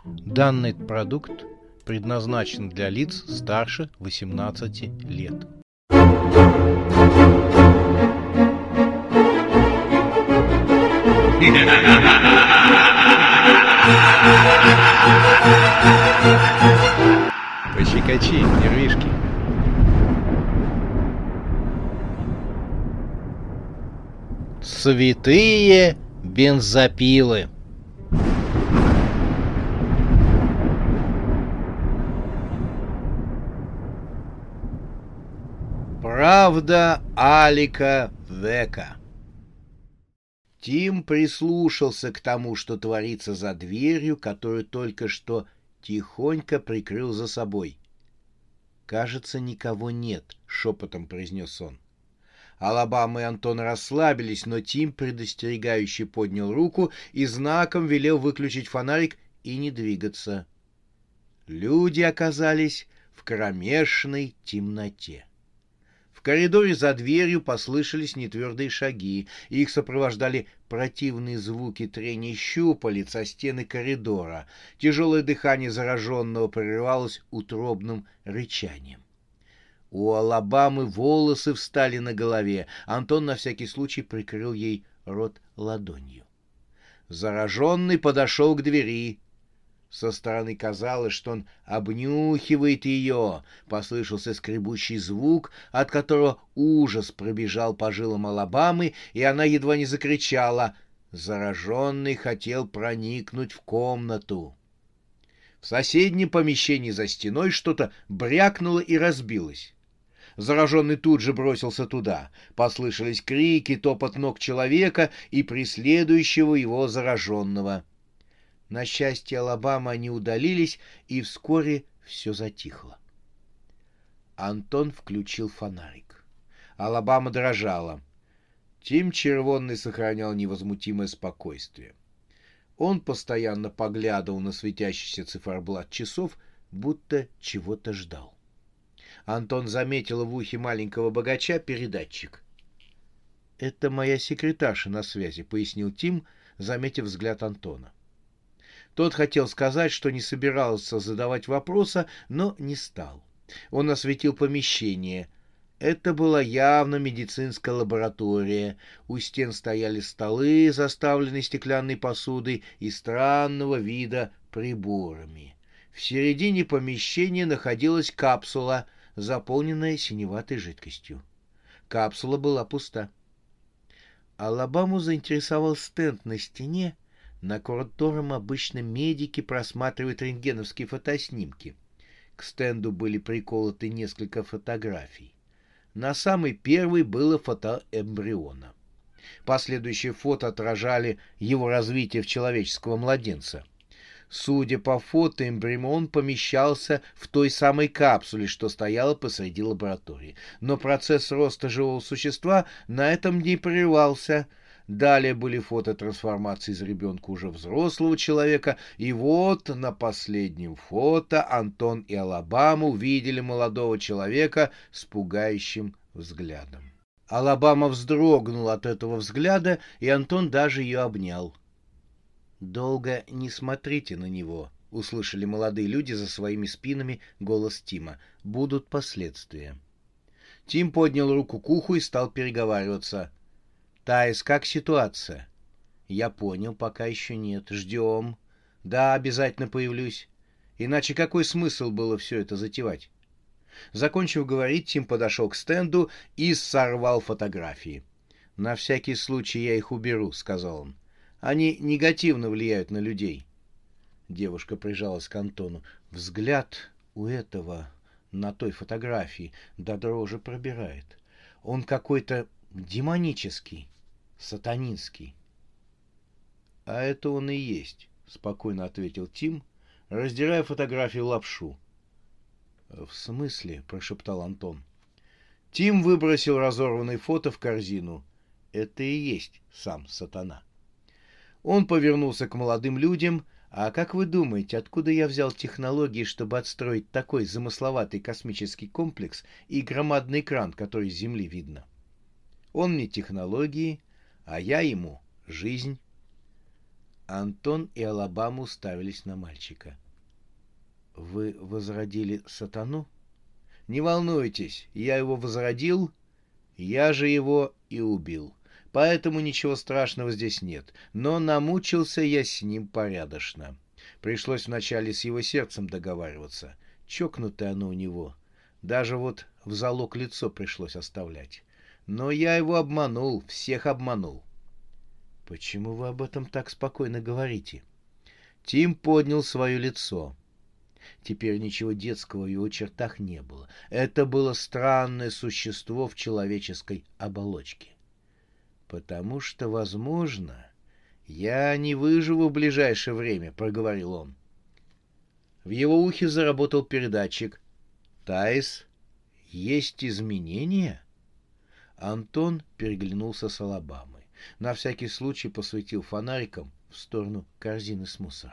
Данный продукт предназначен для лиц старше 18 лет. Пощекочи, нервишки. Святые бензопилы. Правда Алика Века. Тим прислушался к тому, что творится за дверью, которую только что тихонько прикрыл за собой. «Кажется, никого нет», — шепотом произнес он. Алабама и Антон расслабились, но Тим предостерегающе поднял руку и знаком велел выключить фонарик и не двигаться. Люди оказались в кромешной темноте. В коридоре за дверью послышались нетвердые шаги, и их сопровождали противные звуки трения щупалец о стены коридора. Тяжелое дыхание зараженного прерывалось утробным рычанием. У Алабамы волосы встали на голове. Антон на всякий случай прикрыл ей рот ладонью. Зараженный подошел к двери. Со стороны казалось, что он обнюхивает ее. Послышался скребущий звук, от которого ужас пробежал по жилам Алабамы, и она едва не закричала. Зараженный хотел проникнуть в комнату. В соседнем помещении за стеной что-то брякнуло и разбилось. Зараженный тут же бросился туда. Послышались крики, топот ног человека и преследующего его зараженного. На счастье Алабамы они удалились, и вскоре все затихло. Антон включил фонарик. Алабама дрожала. Тим Червонный сохранял невозмутимое спокойствие. Он постоянно поглядывал на светящийся циферблат часов, будто чего-то ждал. Антон заметил в ухе маленького богача передатчик. «Это моя секретарша на связи», — пояснил Тим, заметив взгляд Антона. Тот хотел сказать, что не собирался задавать вопроса, но не стал. Он осветил помещение. Это была явно медицинская лаборатория. У стен стояли столы, заставленные стеклянной посудой и странного вида приборами. В середине помещения находилась капсула, заполненная синеватой жидкостью. Капсула была пуста. Алабаму заинтересовал стенд на стене, на котором обычно медики просматривают рентгеновские фотоснимки. К стенду были приколоты несколько фотографий. На самой первой было фото эмбриона. Последующие фото отражали его развитие в человеческого младенца. Судя по фото, эмбрион помещался в той самой капсуле, что стояла посреди лаборатории. Но процесс роста живого существа на этом не прерывался. Далее были фото трансформации из ребенка уже взрослого человека. И вот на последнем фото Антон и Алабама увидели молодого человека с пугающим взглядом. Алабама вздрогнула от этого взгляда, и Антон даже ее обнял. «Долго не смотрите на него», — услышали молодые люди за своими спинами голос Тима. «Будут последствия». Тим поднял руку к уху и стал переговариваться. «Таис, как ситуация?» «Я понял, пока еще нет. Ждем. Да, обязательно появлюсь. Иначе какой смысл было все это затевать?» Закончив говорить, Тим подошел к стенду и сорвал фотографии. «На всякий случай я их уберу», — сказал он. «Они негативно влияют на людей». Девушка прижалась к Антону. Взгляд у этого на той фотографии до дрожи пробирает. Он какой-то демонический, сатанинский. «А это он и есть», — спокойно ответил Тим, раздирая фотографию лапшу. «В смысле?» — прошептал Антон. Тим выбросил разорванное фото в корзину. «Это и есть сам сатана». Он повернулся к молодым людям. «А как вы думаете, откуда я взял технологии, чтобы отстроить такой замысловатый космический комплекс и громадный экран, который с Земли видно? Он мне технологии, а я ему жизнь». Антон и Алабама уставились на мальчика. «Вы возродили сатану?» «Не волнуйтесь, я его возродил, я же его и убил. Поэтому ничего страшного здесь нет. Но намучился я с ним порядочно. Пришлось вначале с его сердцем договариваться. Чокнутое оно у него. Даже вот в залог лицо пришлось оставлять. Но я его обманул, всех обманул». «Почему вы об этом так спокойно говорите?» Тим поднял свое лицо. Теперь ничего детского в его чертах не было. Это было странное существо в человеческой оболочке. «Потому что, возможно, я не выживу в ближайшее время», — проговорил он. В его ухе заработал передатчик. «Таис, есть изменения?» Антон переглянулся с Алабамой. На всякий случай посветил фонариком в сторону корзины с мусором.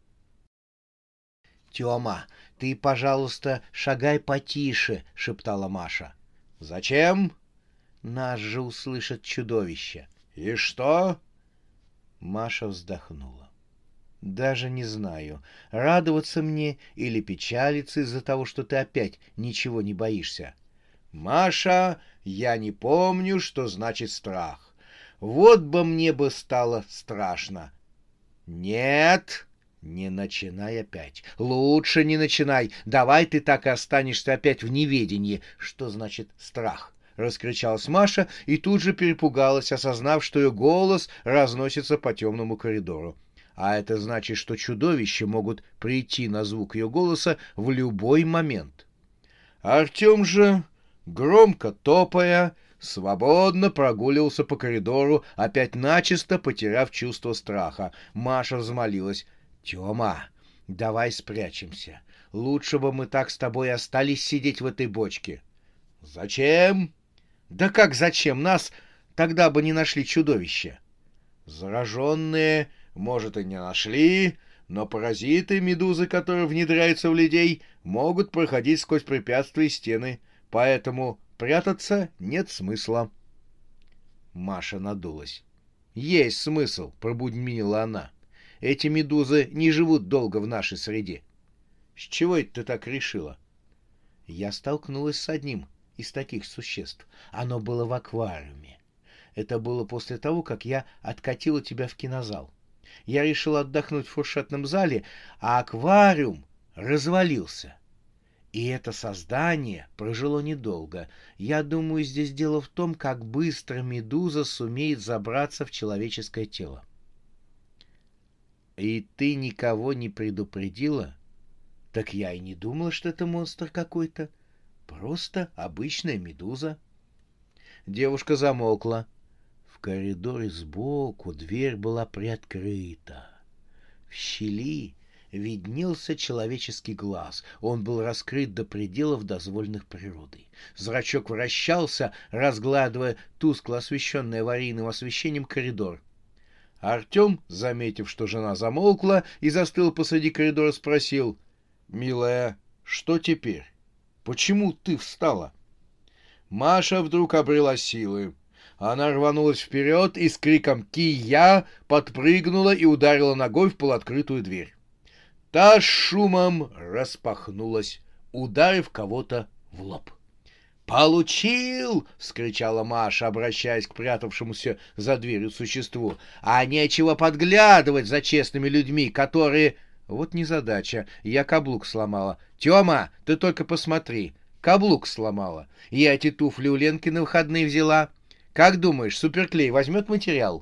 «Тёма, ты, пожалуйста, шагай потише», — шептала Маша. «Зачем?» «Нас же услышат чудовища». «И что?» Маша вздохнула. «Даже не знаю, радоваться мне или печалиться из-за того, что ты опять ничего не боишься». «Маша, я не помню, что значит страх. Вот бы мне бы стало страшно». «Нет, не начинай опять. Лучше не начинай. Давай ты так и останешься опять в неведении, что значит страх». Раскричалась Маша и тут же перепугалась, осознав, что ее голос разносится по темному коридору. А это значит, что чудовища могут прийти на звук ее голоса в любой момент. Артем же, громко топая, свободно прогуливался по коридору, опять начисто потеряв чувство страха. Маша взмолилась: «Тёма, давай спрячемся. Лучше бы мы так с тобой остались сидеть в этой бочке». «Зачем?» «Да как зачем? Нас тогда бы не нашли чудовища». «Зараженные, может, и не нашли, но паразиты, медузы, которые внедряются в людей, могут проходить сквозь препятствия и стены, поэтому прятаться нет смысла». Маша надулась. «Есть смысл», — пробубнила она. «Эти медузы не живут долго в нашей среде». «С чего это ты так решила?» «Я столкнулась с одним из таких существ. Оно было в аквариуме. Это было после того, как я откатила тебя в кинозал. Я решил отдохнуть в фуршетном зале, а аквариум развалился. И это создание прожило недолго. Я думаю, здесь дело в том, как быстро медуза сумеет забраться в человеческое тело». «И ты никого не предупредила?» «Так я и не думала, что это монстр какой-то. Просто обычная медуза». Девушка замолкла. В коридоре сбоку дверь была приоткрыта. В щели виднелся человеческий глаз. Он был раскрыт до пределов, дозволенных природой. Зрачок вращался, разгладывая тускло освещенный аварийным освещением коридор. Артем, заметив, что жена замолкла и застыл посреди коридора, спросил: «Милая, что теперь? Почему ты встала?» Маша вдруг обрела силы. Она рванулась вперед и с криком «Кия!» подпрыгнула и ударила ногой в полуоткрытую дверь. Та с шумом распахнулась, ударив кого-то в лоб. «Получил!» — вскричала Маша, обращаясь к прятавшемуся за дверью существу. «А нечего подглядывать за честными людьми, которые...» «Вот незадача, я каблук сломала. Тёма, ты только посмотри, каблук сломала. Я эти туфли у Ленки на выходные взяла. Как думаешь, суперклей возьмет материал?»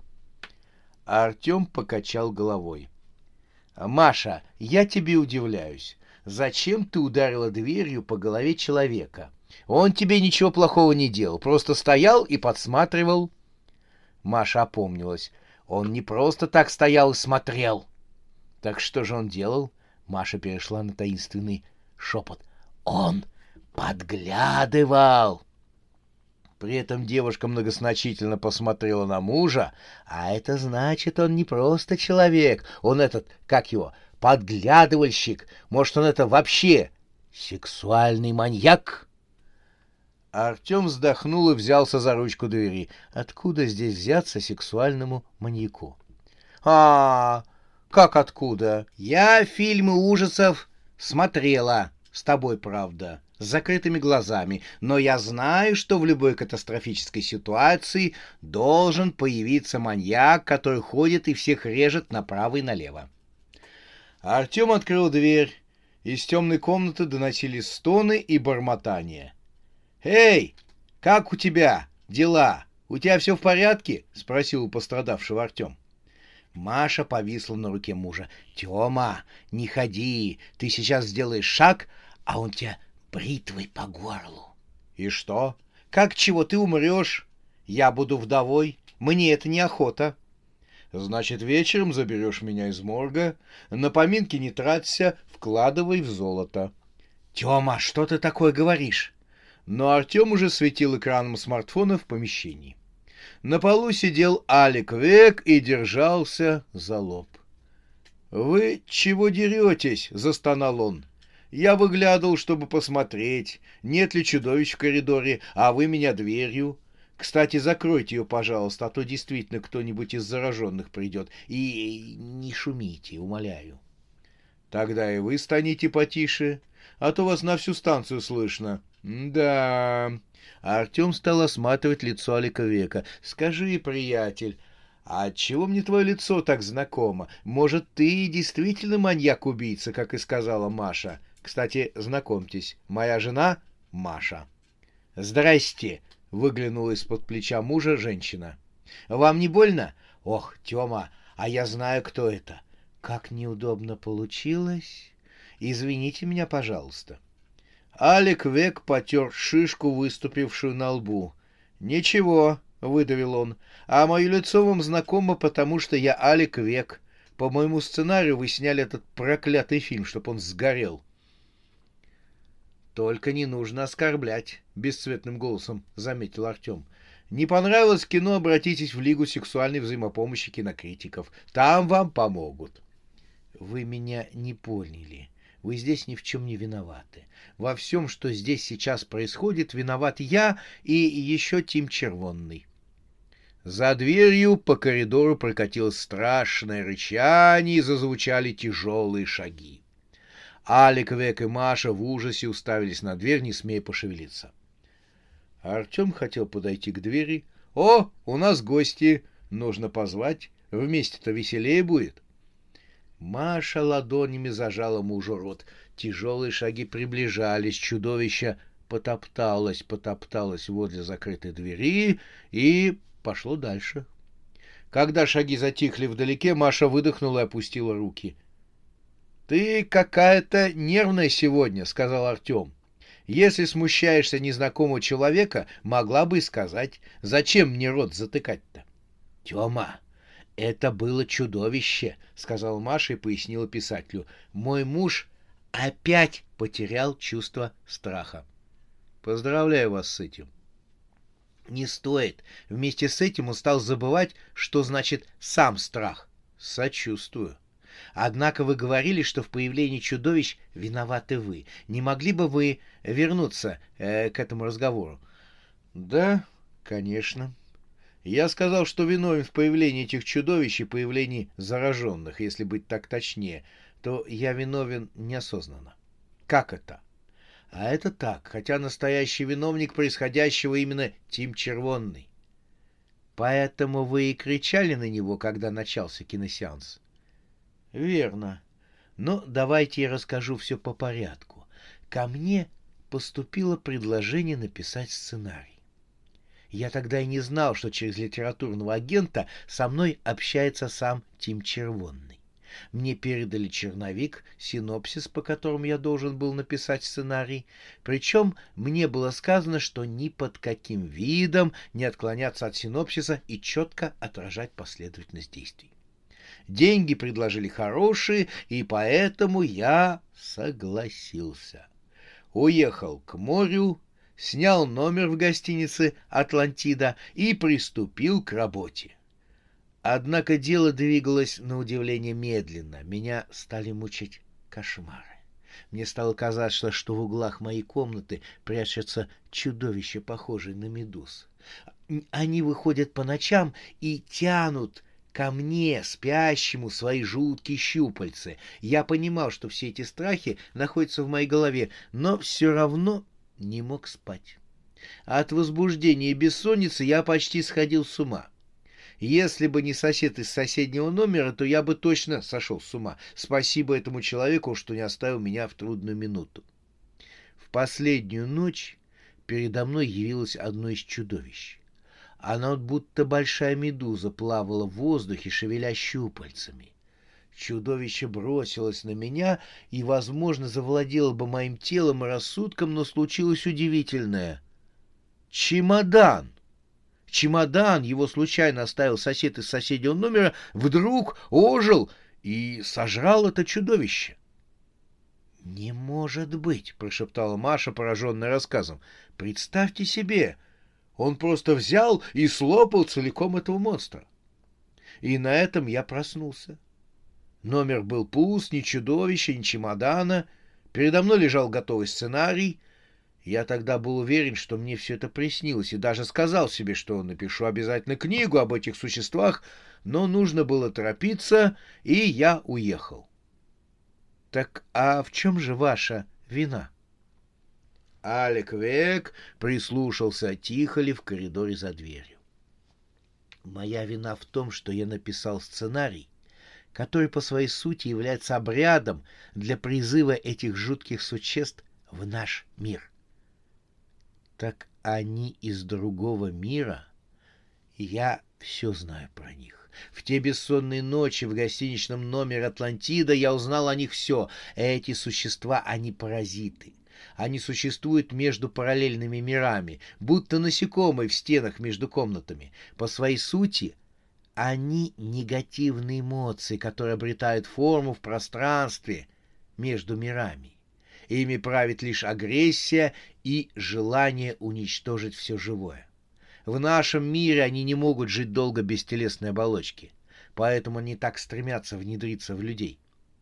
Артем покачал головой. «Маша, я тебе удивляюсь. Зачем ты ударила дверью по голове человека? Он тебе ничего плохого не делал, просто стоял и подсматривал». Маша опомнилась. Он не просто так стоял и смотрел. «Так что же он делал?» Маша перешла на таинственный шепот. «Он подглядывал». При этом девушка многозначительно посмотрела на мужа, а это значит, он не просто человек, он этот, как его, подглядывальщик, может, он это вообще сексуальный маньяк? Артем вздохнул и взялся за ручку двери. Откуда здесь взяться сексуальному маньяку? Как откуда? Я фильмы ужасов смотрела, с тобой, правда, с закрытыми глазами, но я знаю, что в любой катастрофической ситуации должен появиться маньяк, который ходит и всех режет направо и налево. Артем открыл дверь. Из темной комнаты доносились стоны и бормотания. «Эй, как у тебя дела? У тебя все в порядке?» — спросил у пострадавшего Артем. Маша повисла на руке мужа. «Тёма, не ходи, ты сейчас сделаешь шаг, а он тебя бритвой по горлу». «И что? Как чего, ты умрешь? Я буду вдовой, мне это неохота». «Значит, вечером заберешь меня из морга, на поминки не траться, вкладывай в золото». «Тёма, что ты такое говоришь?» Но Артем уже светил экраном смартфона в помещении. На полу сидел Алик Век и держался за лоб. «Вы чего деретесь?» — застонал он. «Я выглядывал, чтобы посмотреть, нет ли чудовищ в коридоре, а вы меня дверью. Кстати, закройте ее, пожалуйста, а то действительно кто-нибудь из зараженных придет. И не шумите, умоляю». «Тогда и вы станете потише, а то вас на всю станцию слышно». «Да...» Артем стал осматривать лицо Алика Века. «Скажи, приятель, а отчего мне твое лицо так знакомо? Может, ты действительно маньяк-убийца, как и сказала Маша? Кстати, знакомьтесь, моя жена Маша». «Здрасте!» — выглянула из-под плеча мужа женщина. «Вам не больно? Ох, Тёма, а я знаю, кто это. Как неудобно получилось. Извините меня, пожалуйста». Алик Век потер шишку, выступившую на лбу. «Ничего», — выдавил он, — «а мое лицо вам знакомо, потому что я Алик Век. По моему сценарию вы сняли этот проклятый фильм, чтоб он сгорел». «Только не нужно оскорблять», — бесцветным голосом заметил Артем. «Не понравилось кино, обратитесь в Лигу сексуальной взаимопомощи кинокритиков. Там вам помогут». «Вы меня не поняли. Вы здесь ни в чем не виноваты. Во всем, что здесь сейчас происходит, виноват я и еще Тим Червонный». За дверью по коридору прокатилось страшное рычание и зазвучали тяжелые шаги. Алик Век и Маша в ужасе уставились на дверь, не смея пошевелиться. Артем хотел подойти к двери. «О, у нас гости! Нужно позвать. Вместе-то веселее будет». Маша ладонями зажала мужу рот. Тяжелые шаги приближались. Чудовище потопталось возле закрытой двери и пошло дальше. Когда шаги затихли вдалеке, Маша выдохнула и опустила руки. «Ты какая-то нервная сегодня», — сказал Артем. «Если смущаешься незнакомого человека, могла бы и сказать. Зачем мне рот затыкать-то?» «Тёма, это было чудовище», — сказал Маша и пояснила писателю. «Мой муж опять потерял чувство страха». «Поздравляю вас с этим». «Не стоит. Вместе с этим он стал забывать, что значит сам страх». «Сочувствую». «Однако вы говорили, что в появлении чудовищ виноваты вы. Не могли бы вы вернуться к этому разговору?» «Да, конечно. Я сказал, что виновен в появлении этих чудовищ и появлении зараженных, если быть так точнее, то я виновен неосознанно». «Как это?» «А это так, хотя настоящий виновник происходящего именно Тим Червонный». «Поэтому вы и кричали на него, когда начался киносеанс?» «Верно. Но давайте я расскажу все по порядку. Ко мне поступило предложение написать сценарий. Я тогда и не знал, что через литературного агента со мной общается сам Тим Червонный. Мне передали черновик, синопсис, по которому я должен был написать сценарий. Причем мне было сказано, что ни под каким видом не отклоняться от синопсиса и четко отражать последовательность действий. Деньги предложили хорошие, и поэтому я согласился. Уехал к морю, снял номер в гостинице «Атлантида» и приступил к работе. Однако дело двигалось на удивление медленно. Меня стали мучить кошмары. Мне стало казаться, что в углах моей комнаты прячется чудовище, похожее на медуз. Они выходят по ночам и тянут ко мне, спящему, свои жуткие щупальцы. Я понимал, что все эти страхи находятся в моей голове, но все равно не мог спать. От возбуждения и бессонницы я почти сходил с ума. Если бы не сосед из соседнего номера, то я бы точно сошел с ума. Спасибо этому человеку, что не оставил меня в трудную минуту. В последнюю ночь передо мной явилось одно из чудовищ. Оно будто большая медуза плавала в воздухе, шевеля щупальцами. Чудовище бросилось на меня и, возможно, завладело бы моим телом и рассудком, но случилось удивительное. Чемодан! Чемодан, его случайно оставил сосед из соседнего номера, вдруг ожил и сожрал это чудовище. «Не может быть!» — прошептала Маша, пораженная рассказом. «Представьте себе! Он просто взял и слопал целиком этого монстра». И на этом я проснулся. Номер был пуст, ни чудовища, ни чемодана. Передо мной лежал готовый сценарий. Я тогда был уверен, что мне все это приснилось, и даже сказал себе, что напишу обязательно книгу об этих существах, но нужно было торопиться, и я уехал. Так а в чем же ваша вина? Алек Век прислушался, тихо ли в коридоре за дверью. Моя вина в том, что я написал сценарий, который по своей сути является обрядом для призыва этих жутких существ в наш мир. Так они из другого мира? Я все знаю про них. В те бессонные ночи в гостиничном номере «Атлантида» я узнал о них все. Эти существа, они паразиты. Они существуют между параллельными мирами, будто насекомые в стенах между комнатами. По своей сути, они негативные эмоции, которые обретают форму в пространстве между мирами. Ими правит лишь агрессия и желание уничтожить все живое. В нашем мире они не могут жить долго без телесной оболочки, поэтому они так стремятся внедриться в людей.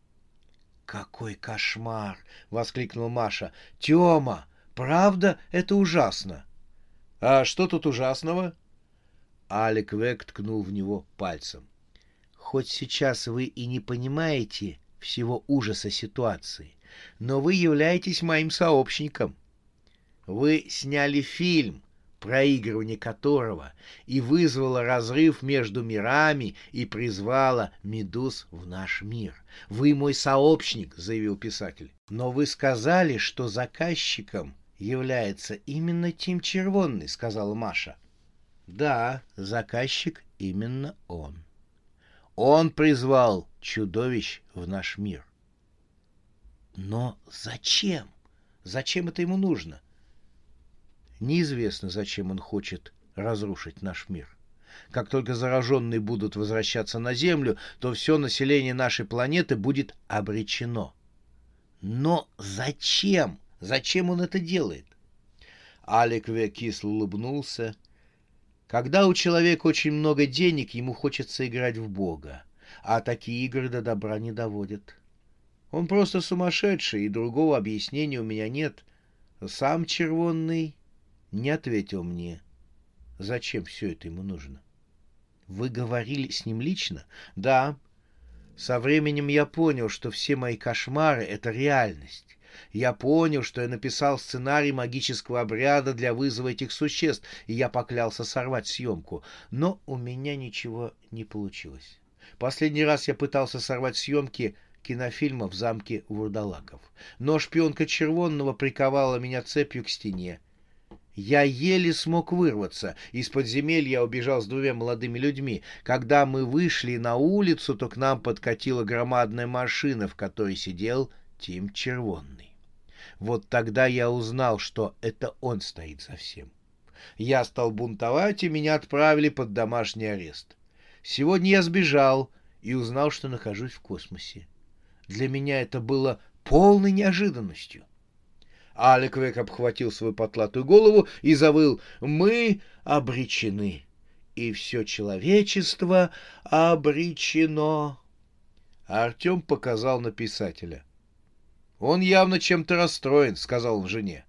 «Какой кошмар!» — воскликнула Маша. «Тёма, правда, это ужасно!» «А что тут ужасного?» Алек Век ткнул в него пальцем. «Хоть сейчас вы и не понимаете всего ужаса ситуации, но вы являетесь моим сообщником. Вы сняли фильм, проигрывание которого и вызвало разрыв между мирами и призвало медуз в наш мир. Вы мой сообщник», — заявил писатель. «Но вы сказали, что заказчиком является именно Тим Червонный», — сказала Маша. «Да, заказчик именно он. Он призвал чудовищ в наш мир». «Но зачем? Зачем это ему нужно?» «Неизвестно, зачем он хочет разрушить наш мир. Как только зараженные будут возвращаться на Землю, то все население нашей планеты будет обречено». «Но зачем? Зачем он это делает?» Алек Век кисло улыбнулся. «Когда у человека очень много денег, ему хочется играть в Бога, а такие игры до добра не доводят. Он просто сумасшедший, и другого объяснения у меня нет. Сам Червонный не ответил мне, зачем все это ему нужно». «Вы говорили с ним лично?» «Да. Со временем я понял, что все мои кошмары — это реальность. Я понял, что я написал сценарий магического обряда для вызова этих существ, и я поклялся сорвать съемку. Но у меня ничего не получилось. Последний раз я пытался сорвать съемки кинофильма в замке Вурдалаков, но шпионка Червонного приковала меня цепью к стене. Я еле смог вырваться. Из подземелья я убежал с 2 молодыми людьми. Когда мы вышли на улицу, то к нам подкатила громадная машина, в которой сидел Тим Червонный. Вот тогда я узнал, что это он стоит за всем. Я стал бунтовать, и меня отправили под домашний арест. Сегодня я сбежал и узнал, что нахожусь в космосе. Для меня это было полной неожиданностью. Алек Век обхватил свою потлатую голову и завыл: «Мы обречены, и все человечество обречено». А Артем показал на писателя. «Он явно чем-то расстроен», — сказал он жене.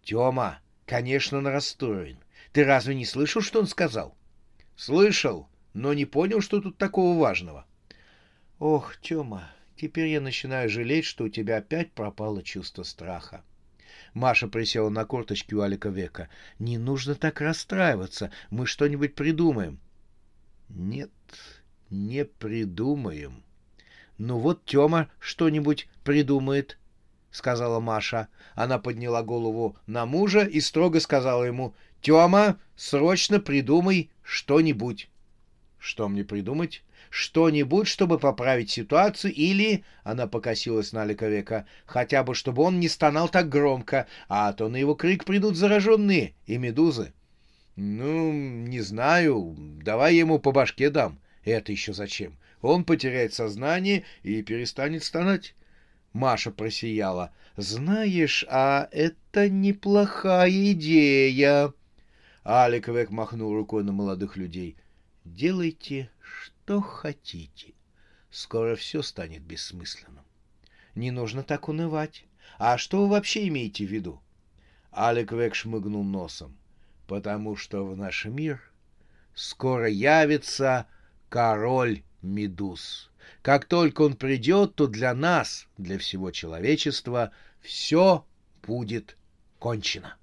«Тема, конечно, он расстроен. Ты разве не слышал, что он сказал?» «Слышал, но не понял, что тут такого важного. Ох, Тёма, теперь я начинаю жалеть, что у тебя опять пропало чувство страха. Маша присела на корточки у Алика Века. Не нужно так расстраиваться, мы что-нибудь придумаем. Нет, не придумаем. Ну вот Тёма что-нибудь придумает, сказала Маша. Она подняла голову на мужа и строго сказала ему: Тёма, срочно придумай что-нибудь. Что мне придумать? Что-нибудь, чтобы поправить ситуацию, или, она покосилась на Алика Века, хотя бы, чтобы он не стонал так громко, а то на его крик придут зараженные и медузы. Ну, не знаю, давай я ему по башке дам. Это еще зачем? Он потеряет сознание и перестанет стонать. Маша просияла. Знаешь, а это неплохая идея. Алик Век махнул рукой на молодых людей. Делайте, что хотите. Скоро все станет бессмысленным. Не нужно так унывать. А что вы вообще имеете в виду? Алик Век шмыгнул носом. Потому что в наш мир скоро явится король медуз. Как только он придет, то для нас, для всего человечества, все будет кончено.